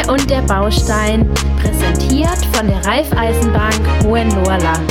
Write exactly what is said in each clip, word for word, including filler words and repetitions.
Der und der Baustein, präsentiert von der Raiffeisenbank Hohenlohrland.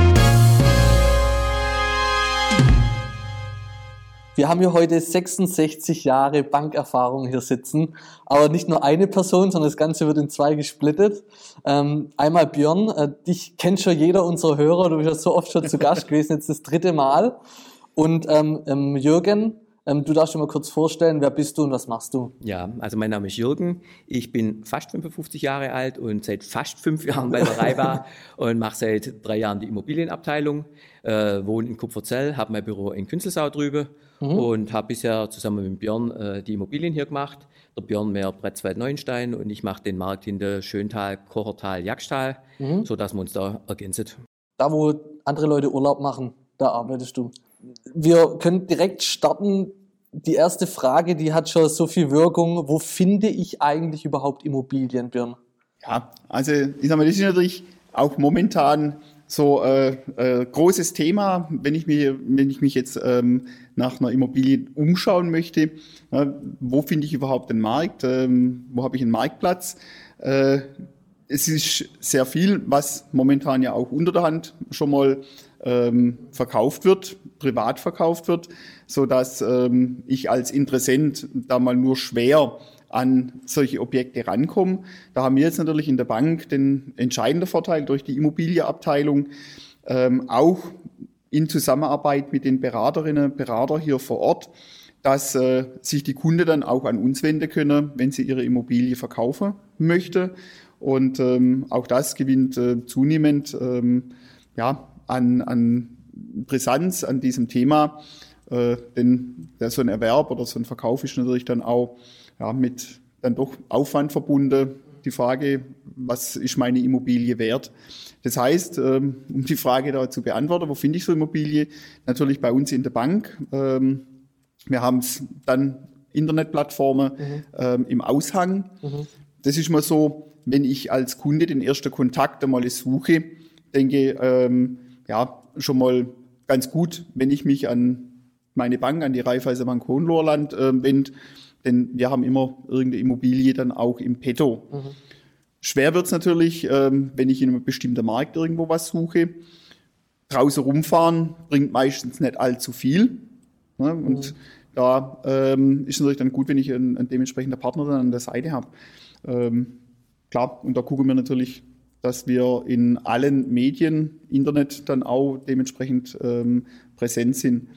Wir haben hier heute sechsundsechzig Jahre Bankerfahrung hier sitzen, aber nicht nur eine Person, sondern das Ganze wird in zwei gesplittet. Ähm, einmal Björn, äh, dich kennt schon jeder unserer Hörer, du bist ja so oft schon zu Gast gewesen, jetzt das dritte Mal. Und ähm, ähm, Jürgen, ähm, du darfst dich mal kurz vorstellen, wer bist du und was machst du? Ja, also mein Name ist Jürgen, ich bin fast fünfundfünfzig Jahre alt und seit fast fünf Jahren bei der Raiba und mache seit drei Jahren die Immobilienabteilung, äh, wohne in Kupferzell, habe mein Büro in Künzelsau drüben. Mhm. Und habe bisher zusammen mit Björn äh, die Immobilien hier gemacht. Der Björn mehr Brettswald-Neuenstein und ich mache den Markt hinter Schöntal, Kochertal, Jagstal, mhm. sodass wir uns da ergänzen. Da, wo andere Leute Urlaub machen, da arbeitest du. Wir können direkt starten. Die erste Frage, die hat schon so viel Wirkung. Wo finde ich eigentlich überhaupt Immobilien, Björn? Ja, also ich sag mal, das ist natürlich auch momentan so äh, äh, großes Thema, wenn ich mich, wenn ich mich jetzt ähm, nach einer Immobilie umschauen möchte. Äh, wo finde ich überhaupt den Markt? Ähm, wo habe ich einen Marktplatz? Äh, es ist sehr viel, was momentan ja auch unter der Hand schon mal ähm, verkauft wird, privat verkauft wird, so dass ähm, ich als Interessent da mal nur schwer an solche Objekte rankommen. Da haben wir jetzt natürlich in der Bank den entscheidenden Vorteil durch die Immobilienabteilung, ähm, auch in Zusammenarbeit mit den Beraterinnen und Beratern hier vor Ort, dass äh, sich die Kunden dann auch an uns wenden können, wenn sie ihre Immobilie verkaufen möchte. Und ähm, auch das gewinnt äh, zunehmend ähm, ja, an, an Brisanz an diesem Thema. Äh, denn der, so ein Erwerb oder so ein Verkauf ist natürlich dann auch ja, mit dann doch Aufwand verbunden. Die Frage, was ist meine Immobilie wert? Das heißt, ähm, um die Frage da zu beantworten, wo finde ich so Immobilie? Natürlich bei uns in der Bank. Ähm, wir haben es dann Internetplattformen mhm. ähm, im Aushang. Mhm. Das ist mal so, wenn ich als Kunde den ersten Kontakt einmal suche, denke, ähm, ja, schon mal ganz gut, wenn ich mich an meine Bank, an die Raiffeisenbank Hohenlohrland äh, wende, denn wir haben immer irgendeine Immobilie dann auch im Petto. Mhm. Schwer wird es natürlich, ähm, wenn ich in einem bestimmten Markt irgendwo was suche. Draußen rumfahren bringt meistens nicht allzu viel. Ne? Und mhm. da ähm, ist es natürlich dann gut, wenn ich einen, einen dementsprechenden Partner dann an der Seite habe. Ähm, klar, und da gucken wir natürlich, dass wir in allen Medien, Internet dann auch dementsprechend ähm, präsent sind.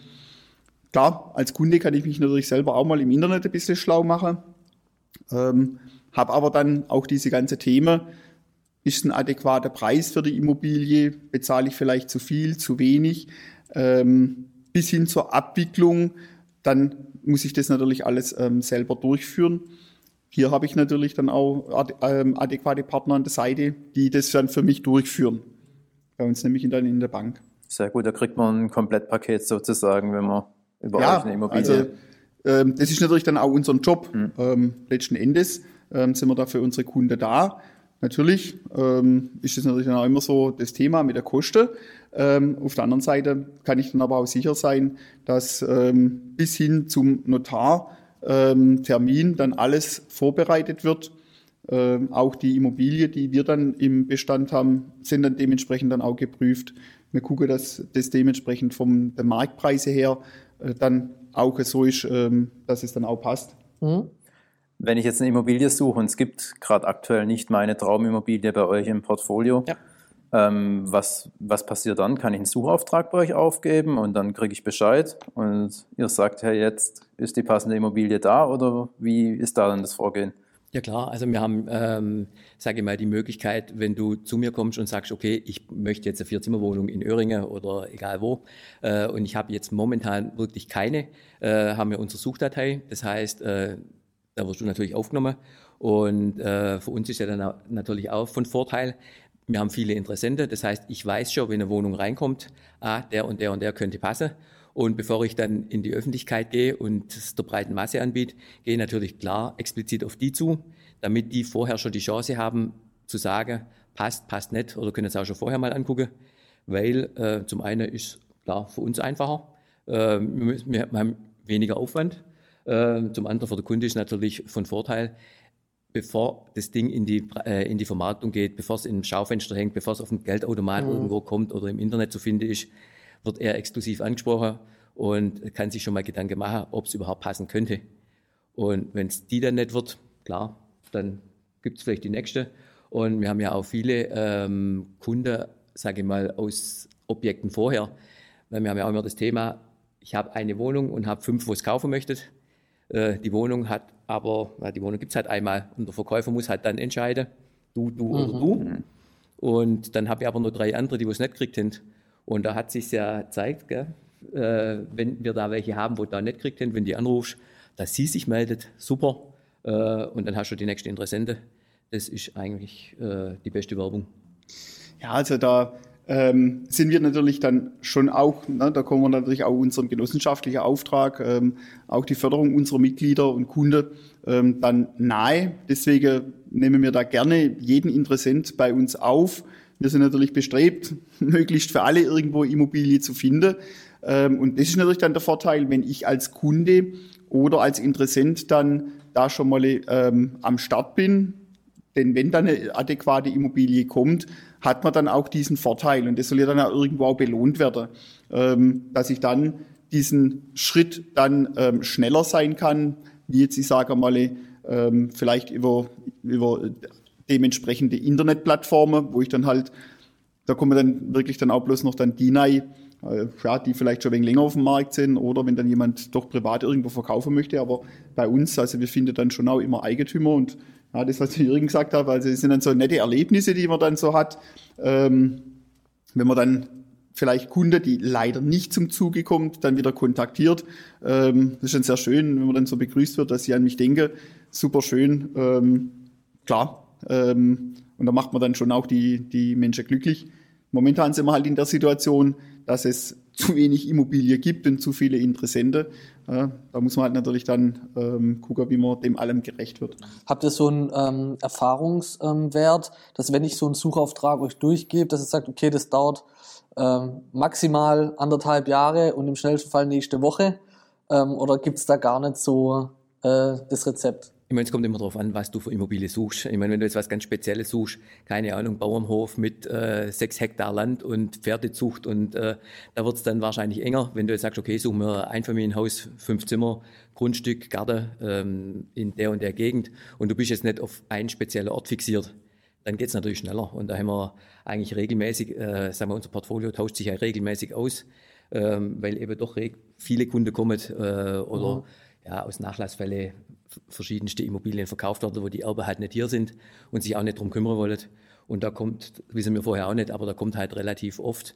Klar, als Kunde kann ich mich natürlich selber auch mal im Internet ein bisschen schlau machen, ähm, habe aber dann auch diese ganze Themen, ist ein adäquater Preis für die Immobilie, bezahle ich vielleicht zu viel, zu wenig, ähm, bis hin zur Abwicklung, dann muss ich das natürlich alles ähm, selber durchführen. Hier habe ich natürlich dann auch ad- ähm, adäquate Partner an der Seite, die das dann für mich durchführen, bei uns nämlich dann in der Bank. Sehr gut, da kriegt man ein Komplettpaket sozusagen, wenn man über ja, euch eine Immobilie... Also, ähm, das ist natürlich dann auch unser Job. Mhm. Ähm, letzten Endes ähm, sind wir da für unsere Kunden da. Natürlich ähm, ist das natürlich dann auch immer so das Thema mit der Kosten. Ähm, auf der anderen Seite kann ich dann aber auch sicher sein, dass ähm, bis hin zum Notar ähm, Termin dann alles vorbereitet wird. Ähm, auch die Immobilie, die wir dann im Bestand haben, sind dann dementsprechend dann auch geprüft. Wir gucken, dass das dementsprechend vom der Marktpreise her äh, dann auch so ist, ähm, dass es dann auch passt. Mhm. Wenn ich jetzt eine Immobilie suche und es gibt gerade aktuell nicht meine Traumimmobilie bei euch im Portfolio, ja. ähm, was, was passiert dann? Kann ich einen Suchauftrag bei euch aufgeben und dann kriege ich Bescheid und ihr sagt, hey, jetzt ist die passende Immobilie da oder wie ist da dann das Vorgehen? Ja klar, also wir haben, ähm, sage ich mal, die Möglichkeit, wenn du zu mir kommst und sagst, okay, ich möchte jetzt eine Vierzimmerwohnung in Öhringen oder egal wo äh, und ich habe jetzt momentan wirklich keine, äh, haben wir unsere Suchdatei, das heißt, äh, da wirst du natürlich aufgenommen und äh, für uns ist ja dann auch natürlich auch von Vorteil, wir haben viele Interessenten, das heißt, ich weiß schon, wenn eine Wohnung reinkommt, ah, der und der und der könnte passen. Und bevor ich dann in die Öffentlichkeit gehe und es der breiten Masse anbiete, gehe ich natürlich klar explizit auf die zu, damit die vorher schon die Chance haben zu sagen, passt, passt nicht oder können es auch schon vorher mal angucken, weil äh, zum einen ist klar für uns einfacher, äh, wir, müssen, wir haben weniger Aufwand, äh, zum anderen für den Kunde ist natürlich von Vorteil, bevor das Ding in die, äh, in die Vermarktung geht, bevor es im Schaufenster hängt, bevor es auf dem Geldautomat mhm. irgendwo kommt oder im Internet zu finden ist, wird er exklusiv angesprochen und kann sich schon mal Gedanken machen, ob es überhaupt passen könnte. Und wenn es die dann nicht wird, klar, dann gibt es vielleicht die nächste. Und wir haben ja auch viele ähm, Kunden, sage ich mal, aus Objekten vorher. Weil wir haben ja auch immer das Thema, ich habe eine Wohnung und habe fünf, wo es kaufen möchtet. Äh, die Wohnung hat aber, ja, die Wohnung gibt es halt einmal und der Verkäufer muss halt dann entscheiden, du, du mhm. oder du. Und dann habe ich aber nur drei andere, die es nicht gekriegt haben. Und da hat sich ja gezeigt, gell, äh, wenn wir da welche haben, wo da nicht gekriegt haben, wenn die anrufst, dass sie sich meldet, super. Äh, und dann hast du die nächste Interessente. Das ist eigentlich äh, die beste Werbung. Ja, also da ähm, sind wir natürlich dann schon auch, ne, da kommen wir natürlich auch unserem genossenschaftlichen Auftrag, ähm, auch die Förderung unserer Mitglieder und Kunden ähm, dann nahe. Deswegen nehmen wir da gerne jeden Interessent bei uns auf. Wir sind natürlich bestrebt, möglichst für alle irgendwo Immobilie zu finden. Ähm, und das ist natürlich dann der Vorteil, wenn ich als Kunde oder als Interessent dann da schon mal ähm, am Start bin. Denn wenn dann eine adäquate Immobilie kommt, hat man dann auch diesen Vorteil. Und das soll ja dann auch irgendwo auch belohnt werden, ähm, dass ich dann diesen Schritt dann ähm, schneller sein kann, wie jetzt, ich sage mal, ähm, vielleicht über, über dementsprechende Internetplattformen, wo ich dann halt, da kommen dann wirklich dann auch bloß noch dann die rein, äh, ja, die vielleicht schon ein wenig länger auf dem Markt sind oder wenn dann jemand doch privat irgendwo verkaufen möchte. Aber bei uns, also wir finden dann schon auch immer Eigentümer und ja, das, was Jürgen gesagt hat, also das sind dann so nette Erlebnisse, die man dann so hat. Ähm, wenn man dann vielleicht Kunde, die leider nicht zum Zuge kommt, dann wieder kontaktiert. Ähm, das ist dann sehr schön, wenn man dann so begrüßt wird, dass sie an mich denken. Super schön, ähm, klar. Ähm, und da macht man dann schon auch die, die Menschen glücklich. Momentan sind wir halt in der Situation, dass es zu wenig Immobilie gibt und zu viele Interessenten. Ja, da muss man halt natürlich dann ähm, gucken, wie man dem allem gerecht wird. Habt ihr so einen ähm, Erfahrungswert, dass wenn ich so einen Suchauftrag euch durchgebe, dass ihr sagt, okay, das dauert ähm, maximal anderthalb Jahre und im schnellsten Fall nächste Woche? Ähm, oder gibt es da gar nicht so äh, das Rezept? Ich meine, es kommt immer darauf an, was du für Immobilie suchst. Ich meine, wenn du jetzt was ganz Spezielles suchst, keine Ahnung, Bauernhof mit äh, sechs Hektar Land und Pferdezucht und äh, da wird es dann wahrscheinlich enger. Wenn du jetzt sagst, okay, suchen wir Einfamilienhaus, fünf Zimmer, Grundstück, Garten ähm, in der und der Gegend und du bist jetzt nicht auf einen speziellen Ort fixiert, dann geht es natürlich schneller. Und da haben wir eigentlich regelmäßig, äh, sagen wir, unser Portfolio tauscht sich ja regelmäßig aus, ähm, weil eben doch viele Kunden kommen äh, oder mhm. ja, aus Nachlassfällen verschiedenste Immobilien verkauft werden, wo die Erben halt nicht hier sind und sich auch nicht drum kümmern wollen. Und da kommt, wissen wir vorher auch nicht, aber da kommt halt relativ oft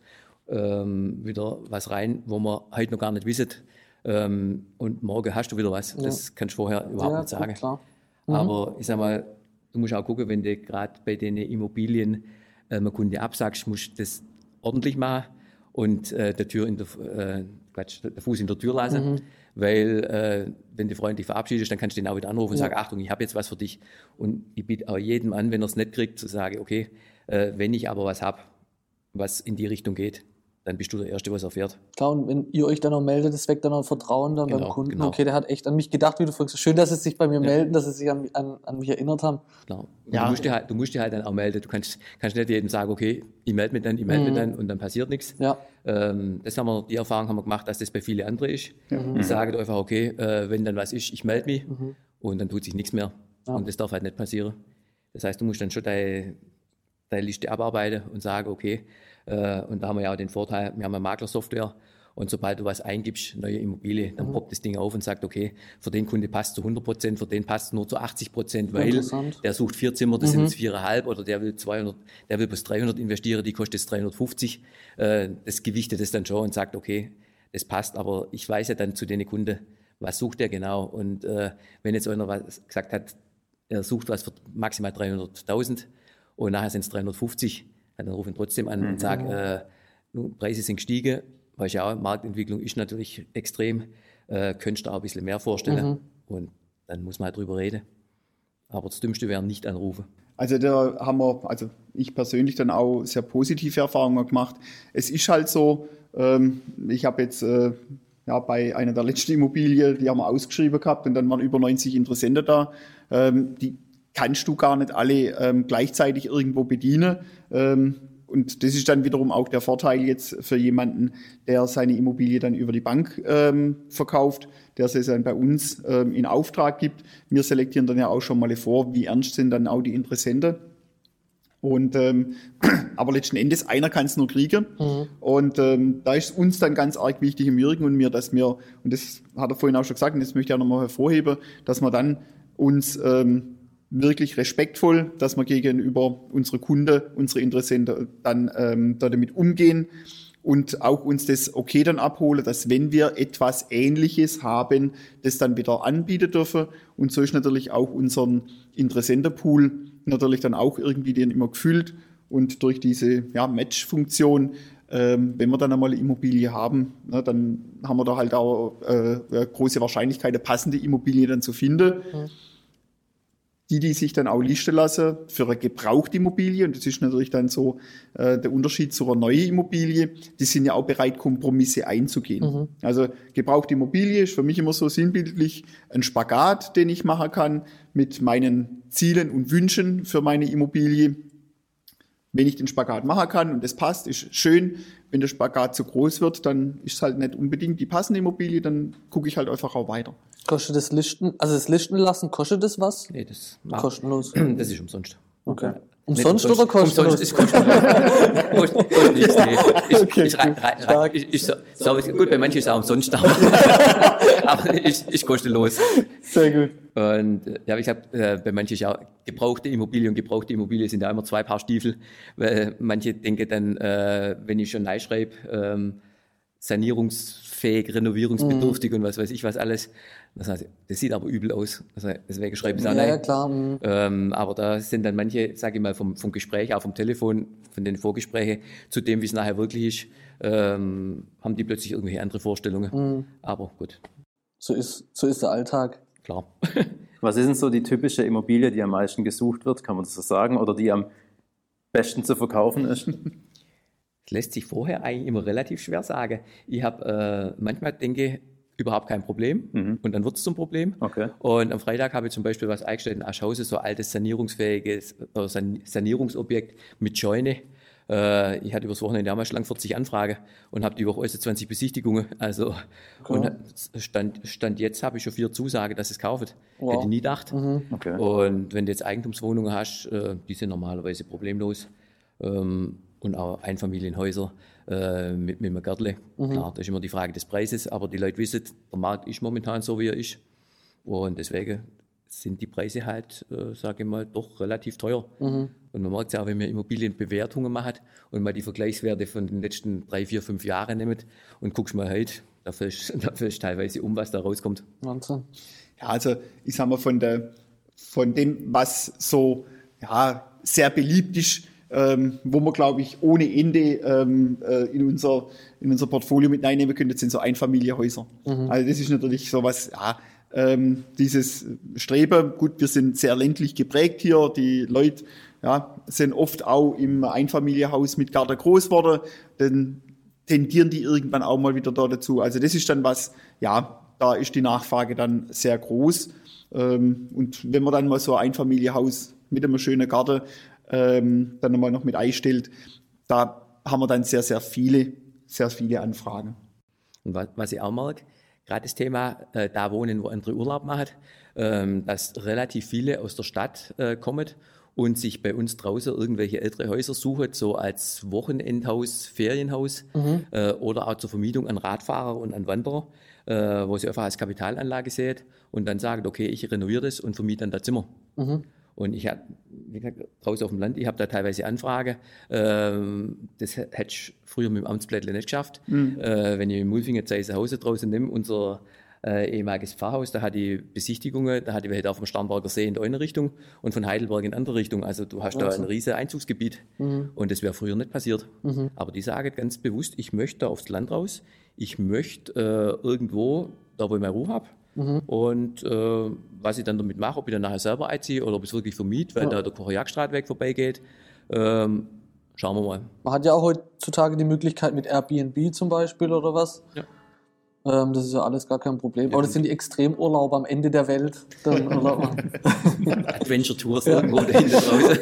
ähm, wieder was rein, wo man heute noch gar nicht wissen. Ähm, und morgen hast du wieder was. Ja. Das kannst du vorher überhaupt ja, nicht sagen. Klar. Mhm. Aber ich sag mal, du musst auch gucken, wenn du gerade bei den Immobilien äh, einen Kunde absagst, musst du das ordentlich machen und äh, der Tür in der, äh, Quatsch, der Fuß in der Tür lassen. Mhm. Weil äh, wenn du freundlich verabschiedest, dann kannst du den auch wieder anrufen und ja. sagen, Achtung, ich habe jetzt was für dich. Und ich biete auch jedem an, wenn er es nicht kriegt, zu sagen, okay, äh, wenn ich aber was habe, was in die Richtung geht, dann bist du der Erste, was erfährt. Klar, und wenn ihr euch dann auch meldet, das weckt dann auch Vertrauen dann genau, beim Kunden. Genau. Okay, der hat echt an mich gedacht, wie du fragst. Schön, dass sie sich bei mir ja. melden, dass sie sich an, an, an mich erinnert haben. Genau. Ja. Du, musst dir halt, du musst dir halt dann auch melden. Du kannst, kannst nicht jedem sagen, okay, ich melde mich dann, ich melde mhm. mich dann und dann passiert nichts. Ja. Ähm, das haben wir, die Erfahrung haben wir gemacht, dass das bei vielen anderen ist. Mhm. Die sagen einfach, okay, äh, wenn dann was ist, ich melde mich mhm. und dann tut sich nichts mehr. Ja. Und das darf halt nicht passieren. Das heißt, du musst dann schon deine, deine Liste abarbeiten und sagen, okay, äh, und da haben wir ja auch den Vorteil, wir haben eine Maklersoftware und sobald du was eingibst, neue Immobilie, dann mhm. poppt das Ding auf und sagt, okay, für den Kunde passt zu hundert Prozent, für den passt nur zu achtzig Prozent, weil der sucht vier Zimmer, das mhm. sind jetzt viereinhalb oder der will zweihundert, der will bis dreihundert investieren, die kostet jetzt dreihundertfünfzig. Äh, das gewichtet das dann schon und sagt, okay, das passt, aber ich weiß ja dann zu den Kunden, was sucht der genau und äh, wenn jetzt einer was gesagt hat, er sucht was für maximal dreihunderttausend und nachher sind es dreihundertfünfzig, dann rufe ich ihn trotzdem an mhm. und sage, äh, Preise sind gestiegen, weil ja auch, Marktentwicklung ist natürlich extrem, äh, könntest du auch ein bisschen mehr vorstellen mhm. und dann muss man halt drüber reden. Aber das Dümmste wäre nicht anrufen. Also da haben wir, also ich persönlich dann auch sehr positive Erfahrungen gemacht. Es ist halt so, ähm, ich habe jetzt äh, ja, bei einer der letzten Immobilien, die haben wir ausgeschrieben gehabt und dann waren über neunzig Interessenten da. Ähm, die kannst du gar nicht alle ähm, gleichzeitig irgendwo bedienen. Ähm, und das ist dann wiederum auch der Vorteil jetzt für jemanden, der seine Immobilie dann über die Bank ähm, verkauft, der es dann bei uns ähm, in Auftrag gibt. Wir selektieren dann ja auch schon mal vor, wie ernst sind dann auch die Interessenten. Und ähm, aber letzten Endes, einer kann es nur kriegen. Mhm. Und ähm, da ist uns dann ganz arg wichtig im Jürgen und mir, dass wir, und das hat er vorhin auch schon gesagt, und das möchte ich auch nochmal hervorheben, dass wir dann uns ähm, wirklich respektvoll, dass wir gegenüber unsere Kunden, unsere Interessenten dann ähm, da damit umgehen und auch uns das okay dann abholen, dass wenn wir etwas Ähnliches haben, das dann wieder anbieten dürfen. Und so ist natürlich auch unseren Interessentenpool natürlich dann auch irgendwie den immer gefüllt. Und durch diese ja, Match-Funktion, ähm, wenn wir dann einmal eine Immobilie haben, ne, dann haben wir da halt auch äh, eine große Wahrscheinlichkeit, eine passende Immobilie dann zu finden. Mhm. Die, die sich dann auch listen lassen für eine gebrauchte Immobilie, und das ist natürlich dann so äh, der Unterschied zu einer neuen Immobilie, die sind ja auch bereit, Kompromisse einzugehen. Mhm. Also gebrauchte Immobilie ist für mich immer so sinnbildlich ein Spagat, den ich machen kann mit meinen Zielen und Wünschen für meine Immobilie. Wenn ich den Spagat machen kann und das passt, ist schön. Wenn der Spagat zu groß wird, dann ist es halt nicht unbedingt die passende Immobilie, dann gucke ich halt einfach auch weiter. Kostet das Listen, also das Listen lassen, kostet das was? Nee, das kostenlos. Das ist umsonst. Okay. Umsonst oder kostenlos? Umsonst ist kostenlos. Nichts, nee. Ich, okay, ich, rein, rein, ich, ich, so, so, gut, bei manchen ist es auch umsonst, aber, aber ich, ich kostenlos. Sehr gut. Und ja, wie gesagt, bei manchen ist ja gebrauchte Immobilie und gebrauchte Immobilie sind ja immer zwei Paar Stiefel, weil manche denken dann, äh, wenn ich schon neu schreibe, ähm, sanierungsfähig, renovierungsbedürftig mhm. und was weiß ich was alles. Das heißt, das sieht aber übel aus. Das heißt, deswegen schreibe ich es auch ja, nicht. Ja, klar. Mhm. Ähm, aber da sind dann manche, sage ich mal, vom, vom Gespräch, auch vom Telefon, von den Vorgesprächen, zu dem, wie es nachher wirklich ist, ähm, haben die plötzlich irgendwelche andere Vorstellungen. Mhm. Aber gut. So ist, so ist der Alltag. Klar. Was ist denn so die typische Immobilie, die am meisten gesucht wird? Kann man das so sagen? Oder die am besten zu verkaufen ist? Das lässt sich vorher eigentlich immer relativ schwer sagen. Ich habe äh, manchmal denke, überhaupt kein Problem mhm. und dann wird es zum Problem. Okay. Und am Freitag habe ich zum Beispiel was eingestellt in Aschhausen, so altes sanierungsfähiges äh, Sanierungsobjekt mit Scheune. Äh, ich hatte übers Wochenende damals lang vierzig Anfragen und habe die Woche also zwanzig Besichtigungen. Also cool. Und stand, stand jetzt habe ich schon vier Zusagen, dass es kauft. Wow. Hätte nie gedacht. Mhm. Okay. Und wenn du jetzt Eigentumswohnungen hast, äh, die sind normalerweise problemlos. Ähm, und auch Einfamilienhäuser äh, mit, mit einem Gärtle. Mhm. Klar, das ist immer die Frage des Preises, aber die Leute wissen, der Markt ist momentan so, wie er ist. Und deswegen sind die Preise halt, äh, sage ich mal, doch relativ teuer. Mhm. Und man merkt es ja auch, wenn man Immobilienbewertungen macht und mal die Vergleichswerte von den letzten drei, vier, fünf Jahren nimmt und guckst mal heute, da fällt es teilweise um, was da rauskommt. Wahnsinn. Ja, also ich sag mal, von, der, von dem, was so ja, sehr beliebt ist, Ähm, wo man, glaube ich, ohne Ende ähm, äh, in, unser, in unser Portfolio mit reinnehmen können, das sind so Einfamilienhäuser. Mhm. Also das ist natürlich sowas, ja, ähm, dieses Streben, gut, wir sind sehr ländlich geprägt hier, die Leute ja, sind oft auch im Einfamilienhaus mit Garten groß geworden, dann tendieren die irgendwann auch mal wieder da dazu. Also das ist dann was, ja, da ist die Nachfrage dann sehr groß. Ähm, und wenn man dann mal so ein Einfamilienhaus mit einem schönen Garten Ähm, dann nochmal noch mit einstellt, da haben wir dann sehr, sehr viele, sehr viele Anfragen. Und was, was ich auch merke, gerade das Thema, äh, da wohnen, wo andere Urlaub machen, ähm, dass relativ viele aus der Stadt äh, kommen und sich bei uns draußen irgendwelche ältere Häuser suchen, so als Wochenendhaus, Ferienhaus mhm. äh, oder auch zur Vermietung an Radfahrer und an Wanderer, äh, wo sie einfach als Kapitalanlage sehen und dann sagen, okay, ich renoviere das und vermiete dann das Zimmer. Mhm. Und ich habe, wie gesagt, draußen auf dem Land, ich habe da teilweise Anfragen. Ähm, das hätte ich früher mit dem Amtsblättle nicht geschafft. Mhm. Äh, wenn ich in Mulfingen Zeisehausen draußen nehme, unser äh, ehemaliges Pfarrhaus, da hatte ich Besichtigungen, da hatte ich halt auf dem Starnberger See in der eine Richtung und von Heidelberg in andere Richtung. Also du hast also da ein riesiges Einzugsgebiet. Mhm. Und das wäre früher nicht passiert. Mhm. Aber die sagen ganz bewusst, ich möchte da aufs Land raus, ich möchte äh, irgendwo, da wo ich meine Ruhe habe. Mhm. Und äh, was ich dann damit mache, ob ich dann nachher selber einziehe oder ob ich es wirklich vermiete, weil ja. da der Kocher-Jagdstraßweg vorbeigeht, ähm, schauen wir mal. Man hat ja auch heutzutage die Möglichkeit mit Airbnb zum Beispiel oder was. Ja. Ähm, das ist ja alles gar kein Problem. Ja, aber das sind die Extremurlauber am Ende der Welt. Dann Adventure Tours irgendwo dahinter draußen.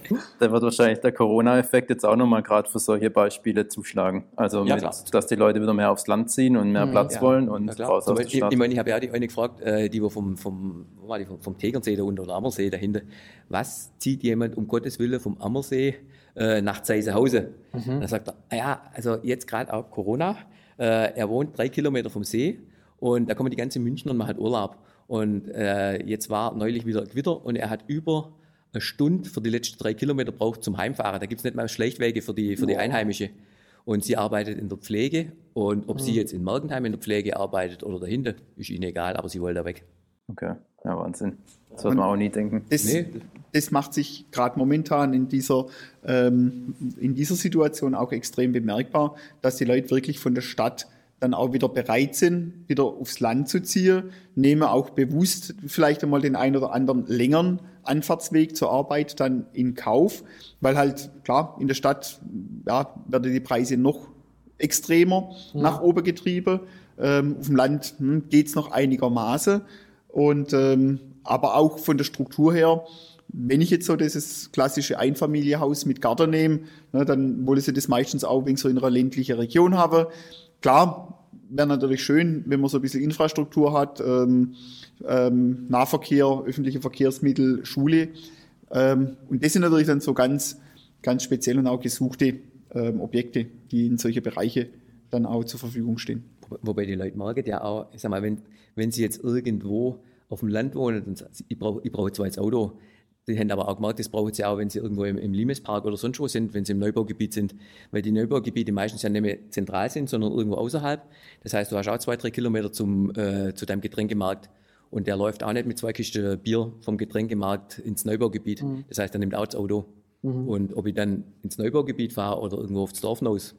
Da wird wahrscheinlich der Corona-Effekt jetzt auch nochmal gerade für solche Beispiele zuschlagen. Also, ja, mit, dass die Leute wieder mehr aufs Land ziehen und mehr mhm. Platz ja. wollen und ja, raus aus der Stadt. Ich meine, ich habe ja auch die eine gefragt, die wir vom, vom, wo war die, vom, vom Tegernsee da unten oder Ammersee dahinter. Was zieht jemand um Gottes Willen vom Ammersee äh, nach Zeisehausen? Mhm. Da sagt er, ja, also jetzt gerade auch Corona. Äh, er wohnt drei Kilometer vom See und da kommen die ganzen Münchner und man hat Urlaub. Und äh, jetzt war neulich wieder Gewitter und er hat über eine Stunde für die letzten drei Kilometer braucht zum Heimfahren. Da gibt es nicht mal Schleichwege für die, für die Einheimische. Und sie arbeitet in der Pflege und ob mhm. sie jetzt in Mergentheim in der Pflege arbeitet oder dahinter, ist ihnen egal, aber sie wollte da weg. Okay, ja, Wahnsinn. Das wird man auch nie denken. Das, nee. das macht sich gerade momentan in dieser, ähm, in dieser Situation auch extrem bemerkbar, dass die Leute wirklich von der Stadt dann auch wieder bereit sind, wieder aufs Land zu ziehen, nehmen auch bewusst vielleicht einmal den einen oder anderen längeren Anfahrtsweg zur Arbeit dann in Kauf, weil halt, klar, in der Stadt ja, werden die Preise noch extremer ja. nach oben getrieben. Ähm, auf dem Land hm, geht es noch einigermaßen. Und ähm, aber auch von der Struktur her, wenn ich jetzt so dieses klassische Einfamilienhaus mit Garten nehme, ne, dann wollen sie das meistens auch wegen so in einer ländlichen Region haben. Klar, wäre natürlich schön, wenn man so ein bisschen Infrastruktur hat, ähm, ähm, Nahverkehr, öffentliche Verkehrsmittel, Schule. Ähm, und das sind natürlich dann so ganz, ganz speziell und auch gesuchte ähm, Objekte, die in solche Bereiche dann auch zur Verfügung stehen. Wobei die Leute merken ja auch, ich sag mal, wenn, wenn sie jetzt irgendwo auf dem Land wohnen und ich brauche ich brauche zwar jetzt Auto, die haben aber auch gemerkt, das brauchen sie auch, wenn sie irgendwo im, im Limespark oder sonst wo sind, wenn sie im Neubaugebiet sind, weil die Neubaugebiete meistens ja nicht mehr zentral sind, sondern irgendwo außerhalb. Das heißt, du hast auch zwei, drei Kilometer zum, äh, zu deinem Getränkemarkt und der läuft auch nicht mit zwei Kisten Bier vom Getränkemarkt ins Neubaugebiet. Mhm. Das heißt, er nimmt auch das Auto. Mhm. Und ob ich dann ins Neubaugebiet fahre oder irgendwo aufs Dorf hinaus.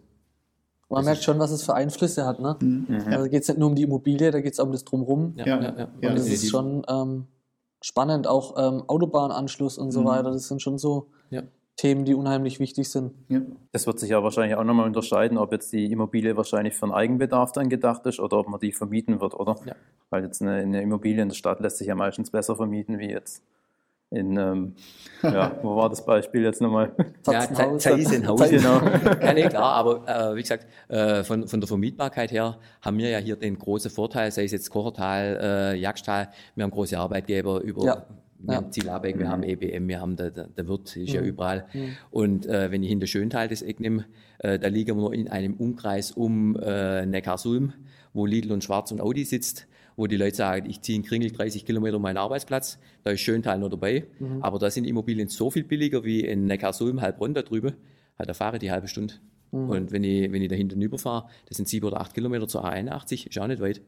Man merkt schon, was es für Einflüsse hat. Ne? Mhm. Also geht es nicht nur um die Immobilie, da geht es auch um das Drumherum. Ja, ja, ja. Und ja, das ist schon ähm, spannend, auch ähm, Autobahnanschluss und so mhm. weiter. Das sind schon so ja. Themen, die unheimlich wichtig sind. Ja. Das wird sich ja wahrscheinlich auch nochmal unterscheiden, ob jetzt die Immobilie wahrscheinlich für einen Eigenbedarf dann gedacht ist oder ob man die vermieten wird, oder? Ja. Weil jetzt eine, eine Immobilie in der Stadt lässt sich ja meistens besser vermieten wie jetzt in, ähm, ja, wo war das Beispiel jetzt nochmal? Ja, Zeisenhausen. Genau. Ja, nee, klar, aber äh, wie gesagt, äh, von, von der Vermietbarkeit her haben wir ja hier den großen Vorteil, sei es jetzt Kochertal, äh, Jagdtal, wir haben große Arbeitgeber über, ja. wir ja. haben Zielabeck, wir mhm. haben E B M, wir haben der, der, der Wirt, ist mhm. ja überall. Mhm. Und äh, wenn ich hinter Schöntal das Eck nehme, äh, da liegen wir nur in einem Umkreis um äh, Neckarsulm, wo Lidl und Schwarz und Audi sitzt, wo die Leute sagen, ich ziehe in Kringel dreißig Kilometer um meinen Arbeitsplatz, da ist Schöntal noch dabei, mhm. aber da sind Immobilien so viel billiger wie in Neckarsulm, Heilbronn da drüben, halt, da fahre ich die halbe Stunde. Mhm. Und wenn ich, wenn ich da hinten rüberfahre, das sind sieben oder acht Kilometer zur A einundachtzig, ist auch nicht weit.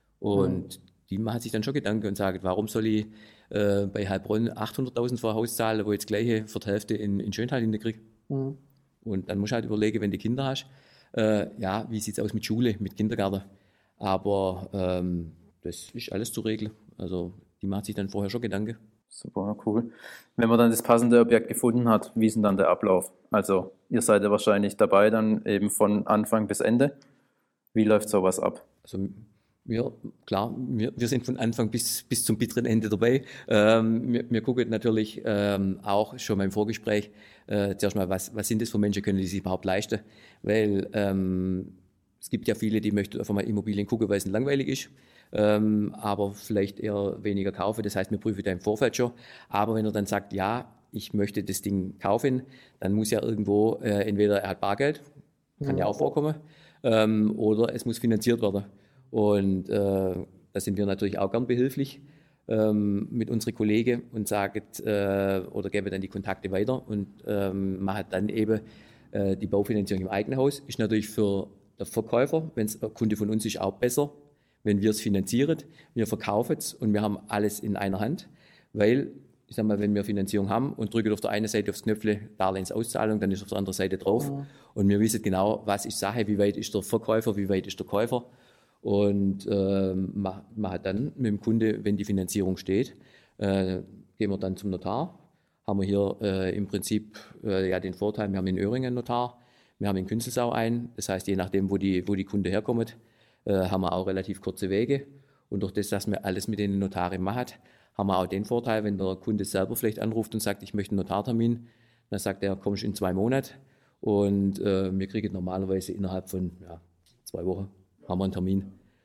Und mhm. die machen sich dann schon Gedanken und sagen, warum soll ich äh, bei Heilbronn achthunderttausend für ein Haus zahlen, wo ich das Gleiche für die Hälfte in, in Schöntal hinkriege. Mhm. Und dann musst du halt überlegen, wenn du Kinder hast, äh, ja, wie sieht es aus mit Schule, mit Kindergarten. Aber ähm, das ist alles zu regeln. Also die macht sich dann vorher schon Gedanken. Super, cool. Wenn man dann das passende Objekt gefunden hat, wie ist denn dann der Ablauf? Also ihr seid ja wahrscheinlich dabei dann eben von Anfang bis Ende. Wie läuft sowas ab? Also wir, klar, wir, wir sind von Anfang bis, bis zum bitteren Ende dabei. Ähm, wir, wir gucken natürlich ähm, auch schon beim Vorgespräch äh, zuerst mal, was, was sind das für Menschen, können die sich überhaupt leisten? Weil ähm, es gibt ja viele, die möchten einfach mal Immobilien gucken, weil es langweilig ist. Ähm, aber vielleicht eher weniger kaufen. Das heißt, wir prüfen da im Vorfeld schon. Aber wenn er dann sagt, ja, ich möchte das Ding kaufen, dann muss ja irgendwo, äh, entweder er hat Bargeld, kann ja, ja auch vorkommen, ähm, oder es muss finanziert werden. Und äh, da sind wir natürlich auch gern behilflich ähm, mit unseren Kollegen und sagen äh, oder geben dann die Kontakte weiter und ähm, machen dann eben äh, die Baufinanzierung im eigenen Haus. Ist natürlich für den Verkäufer, wenn es ein Kunde von uns ist, auch besser, wenn wir es finanzieren, wir verkaufen es und wir haben alles in einer Hand, weil, ich sag mal, wenn wir Finanzierung haben und drücken auf der einen Seite aufs Knöpfle Darlehensauszahlung, dann ist auf der anderen Seite drauf ja. und wir wissen genau, was ist Sache, wie weit ist der Verkäufer, wie weit ist der Käufer und äh, man, man hat dann mit dem Kunde, wenn die Finanzierung steht, äh, gehen wir dann zum Notar, haben wir hier äh, im Prinzip äh, ja den Vorteil, wir haben in Öhringen einen Notar, wir haben in Künzelsau einen, das heißt, je nachdem, wo die, wo die Kunde herkommt, äh, haben wir auch relativ kurze Wege. Und durch das, dass wir alles mit den Notaren machen, haben wir auch den Vorteil, wenn der Kunde selber vielleicht anruft und sagt, ich möchte einen Notartermin, dann sagt er, kommst in zwei Monaten. Und äh, wir kriegen normalerweise innerhalb von ja, zwei Wochen haben wir einen Termin.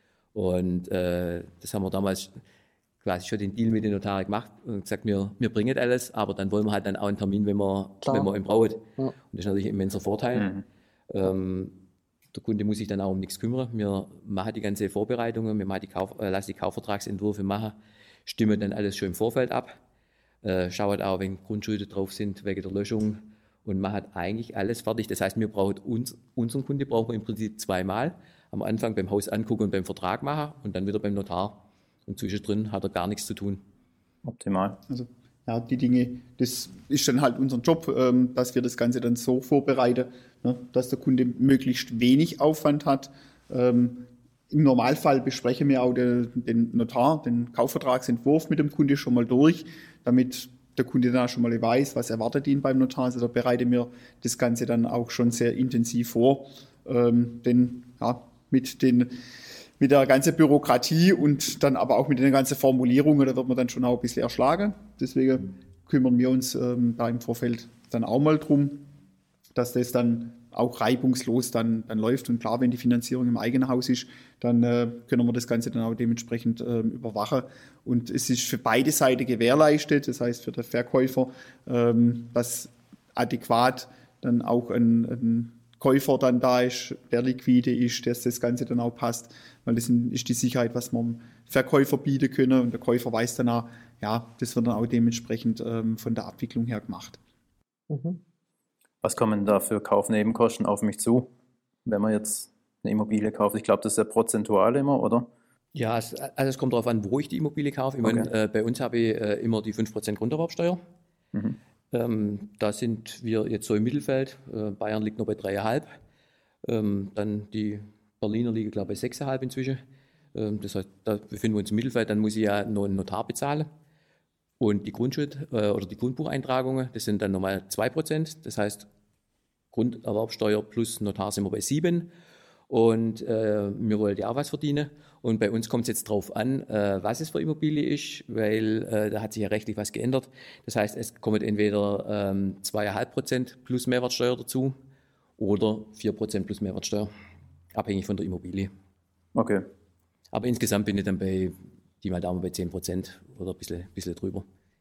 Und äh, das haben wir damals quasi schon den Deal mit den Notaren gemacht und gesagt, wir, wir bringen alles, aber dann wollen wir halt dann auch einen Termin, wenn wir, wenn wir ihn brauchen. Ja. Und das ist natürlich ein immenser Vorteil. Mhm. Ähm, der Kunde muss sich dann auch um nichts kümmern. Wir machen die ganze Vorbereitungen, wir machen die Kauf, äh, lassen die Kaufvertragsentwürfe machen, stimmen dann alles schon im Vorfeld ab, äh, schauen auch, wenn Grundschulden drauf sind wegen der Löschung und machen eigentlich alles fertig. Das heißt, wir brauchen uns, unseren Kunde brauchen wir im Prinzip zweimal. Am Anfang beim Haus angucken und beim Vertrag machen und dann wieder beim Notar. Und zwischendrin hat er gar nichts zu tun. Optimal. Also ja, die Dinge, das ist dann halt unser Job, ähm, dass wir das Ganze dann so vorbereiten, ne, dass der Kunde möglichst wenig Aufwand hat. Ähm, Im Normalfall besprechen wir auch den, den Notar, den Kaufvertragsentwurf mit dem Kunde schon mal durch, damit der Kunde dann auch schon mal weiß, was erwartet ihn beim Notar. Also da bereiten wir das Ganze dann auch schon sehr intensiv vor. Ähm, denn ja, mit den mit der ganzen Bürokratie und dann aber auch mit den ganzen Formulierungen, da wird man dann schon auch ein bisschen erschlagen. Deswegen kümmern wir uns ähm, da im Vorfeld dann auch mal drum, dass das dann auch reibungslos dann, dann läuft. Und klar, wenn die Finanzierung im eigenen Haus ist, dann äh, können wir das Ganze dann auch dementsprechend äh, überwachen. Und es ist für beide Seiten gewährleistet, das heißt für den Verkäufer, ähm, dass adäquat dann auch ein, ein Käufer dann da ist, der liquide ist, dass das Ganze dann auch passt, weil das ist die Sicherheit, was man dem Verkäufer bieten können und der Käufer weiß dann auch, ja, das wird dann auch dementsprechend ähm, von der Abwicklung her gemacht. Mhm. Was kommen da für Kaufnebenkosten auf mich zu, wenn man jetzt eine Immobilie kauft? Ich glaube, das ist ja prozentual immer, oder? Ja, es, also es kommt darauf an, wo ich die Immobilie kaufe. Ich okay. meine, äh, bei uns habe ich äh, immer die fünf Prozent Grunderwerbsteuer. Mhm. Ähm, da sind wir jetzt so im Mittelfeld. Äh, Bayern liegt noch bei drei Komma fünf. Ähm, dann die Berliner liegen, glaube ich, bei sechs Komma fünf inzwischen. Ähm, das heißt, da befinden wir uns im Mittelfeld. Dann muss ich ja noch einen Notar bezahlen. Und die Grundschuld äh, oder die Grundbucheintragungen, das sind dann nochmal zwei Prozent. Das heißt, Grunderwerbsteuer plus Notar sind wir bei sieben. Und äh, wir wollen ja auch was verdienen. Und bei uns kommt es jetzt drauf an, äh, was es für Immobilie ist, weil äh, da hat sich ja rechtlich was geändert. Das heißt, es kommen entweder ähm, zwei Komma fünf Prozent plus Mehrwertsteuer dazu oder vier Prozent plus Mehrwertsteuer, abhängig von der Immobilie. Okay. Aber insgesamt bin ich dann bei, die mal Daumen bei zehn Prozent oder ein bisschen, bisschen drüber.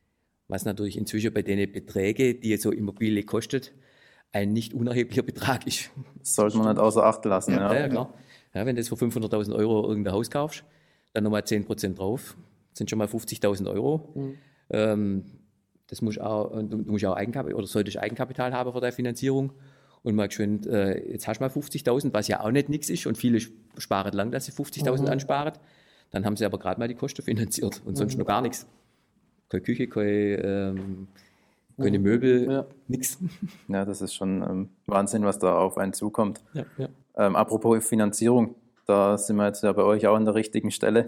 Was natürlich inzwischen bei den Beträgen, die jetzt so Immobilie kostet, ein nicht unerheblicher Betrag ist. Das sollte man nicht außer Acht lassen. Ja, ja. ja klar. Ja, wenn du jetzt für fünfhunderttausend Euro irgendein Haus kaufst, dann nochmal zehn Prozent drauf, das sind schon mal fünfzigtausend Euro. Mhm. Ähm, das musst auch, du musst auch Eigenkapital oder solltest Eigenkapital haben für deine Finanzierung. Und mal geschwind, äh, jetzt hast du mal fünfzigtausend, was ja auch nicht nichts ist. Und viele sparen lang, dass sie fünfzigtausend mhm. ansparen. Dann haben sie aber gerade mal die Kosten finanziert und sonst mhm. noch gar nichts. Keine Küche, keine, ähm, keine Möbel, ja. nichts. Ja, das ist schon ähm, Wahnsinn, was da auf einen zukommt. Ja, ja. Ähm, apropos Finanzierung, da sind wir jetzt ja bei euch auch an der richtigen Stelle.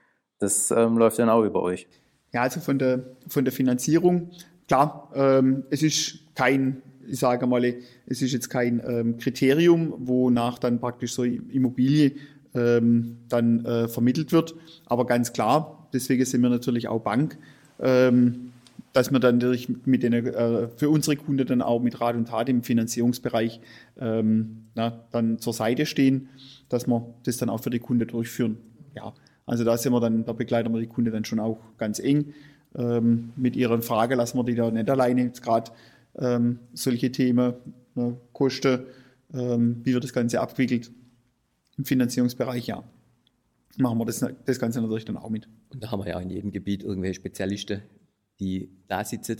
Das ähm, läuft dann auch über euch. Ja, also von der, von der Finanzierung, klar, ähm, es ist kein, ich sage mal, es ist jetzt kein ähm, Kriterium, wonach dann praktisch so Immobilie ähm, dann äh, vermittelt wird. Aber ganz klar, deswegen sind wir natürlich auch Bank, ähm, dass wir dann natürlich mit den, äh, für unsere Kunden dann auch mit Rat und Tat im Finanzierungsbereich ähm, na, dann zur Seite stehen, dass wir das dann auch für die Kunden durchführen. Ja, also da sind wir dann, da begleiten wir die Kunden dann schon auch ganz eng. Ähm, mit ihren Fragen lassen wir die da nicht alleine, jetzt gerade ähm, solche Themen, ne, Kosten, ähm, wie wird das Ganze abgewickelt im Finanzierungsbereich, ja. Machen wir das, das Ganze natürlich dann auch mit. Und da haben wir ja in jedem Gebiet irgendwelche Spezialisten, die da sitzen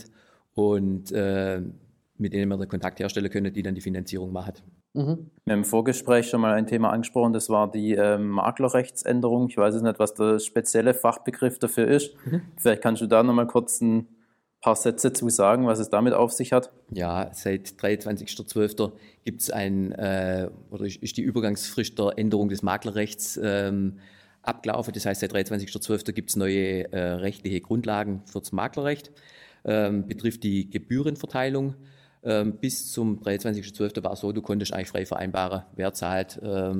und äh, mit denen wir den Kontakt herstellen können, die dann die Finanzierung machen. Mhm. Wir haben im Vorgespräch schon mal ein Thema angesprochen, das war die äh, Maklerrechtsänderung. Ich weiß jetzt nicht, was der spezielle Fachbegriff dafür ist. Mhm. Vielleicht kannst du da noch mal kurz ein paar Sätze zu sagen, was es damit auf sich hat. Ja, seit dreiundzwanzigster zwölfter gibt es ein, äh, oder ist die Übergangsfrist der Änderung des Maklerrechts ähm, abgelaufen. Das heißt, seit dreiundzwanzigster zwölfter gibt es neue äh, rechtliche Grundlagen für das Maklerrecht. Ähm, betrifft die Gebührenverteilung. Ähm, bis zum dreiundzwanzigster zwölfter war es so, du konntest eigentlich frei vereinbaren, wer zahlt ähm,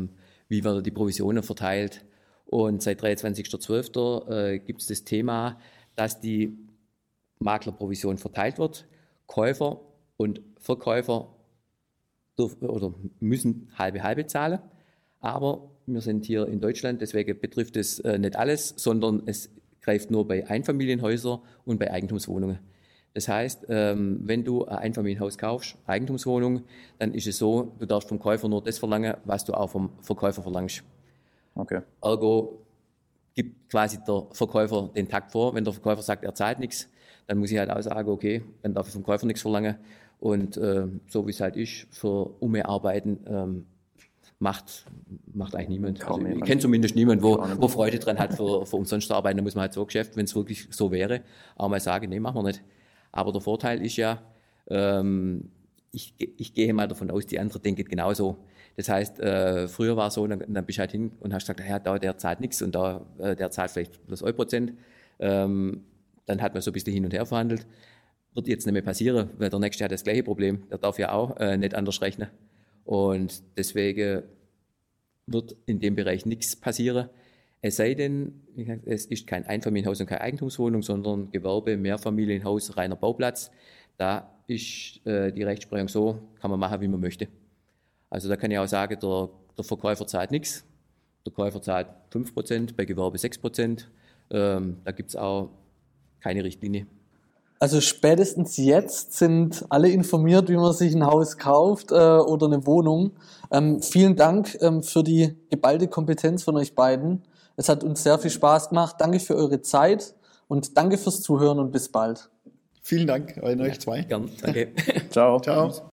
wie werden die Provisionen verteilt. Und seit dreiundzwanzigster zwölfter Äh, gibt es das Thema, dass die Maklerprovision verteilt wird. Käufer und Verkäufer dürfen oder müssen halbe halbe zahlen. Aber wir sind hier in Deutschland, deswegen betrifft es äh, nicht alles, sondern es greift nur bei Einfamilienhäusern und bei Eigentumswohnungen. Das heißt, ähm, wenn du ein Einfamilienhaus kaufst, Eigentumswohnung, dann ist es so, du darfst vom Käufer nur das verlangen, was du auch vom Verkäufer verlangst. Okay. Ergo gibt quasi der Verkäufer den Takt vor. Wenn der Verkäufer sagt, er zahlt nichts, dann muss ich halt auch sagen, okay, dann darf ich vom Käufer nichts verlangen. Und äh, so wie es halt ist, für Umearbeiten ähm, macht, macht eigentlich niemand. Also, ich kenne zumindest niemanden, wo, wo Freude dran hat, für, für umsonst zu arbeiten. Da muss man halt so Geschäft, wenn es wirklich so wäre, auch mal sagen, nee, machen wir nicht. Aber der Vorteil ist ja, ähm, ich, ich gehe mal davon aus, die anderen denken genauso. Das heißt, äh, früher war es so, dann, dann bist du halt hin und hast gesagt, ja, da, der zahlt nichts und da, äh, der zahlt vielleicht das Prozent. Ähm, dann hat man so ein bisschen hin und her verhandelt. Wird jetzt nicht mehr passieren, weil der Nächste hat das gleiche Problem. Der darf ja auch äh, nicht anders rechnen. Und deswegen wird in dem Bereich nichts passieren. Es sei denn, es ist kein Einfamilienhaus und keine Eigentumswohnung, sondern Gewerbe, Mehrfamilienhaus, reiner Bauplatz. Da ist äh, die Rechtsprechung so, kann man machen, wie man möchte. Also da kann ich auch sagen, der, der Verkäufer zahlt nichts, der Käufer zahlt fünf Prozent, bei Gewerbe sechs Prozent. Ähm, da gibt es auch keine Richtlinie. Also spätestens jetzt sind alle informiert, wie man sich ein Haus kauft äh, oder eine Wohnung. Ähm, vielen Dank ähm, für die geballte Kompetenz von euch beiden. Es hat uns sehr viel Spaß gemacht. Danke für eure Zeit und danke fürs Zuhören und bis bald. Vielen Dank an euch zwei. Gern, danke. Ciao. Ciao.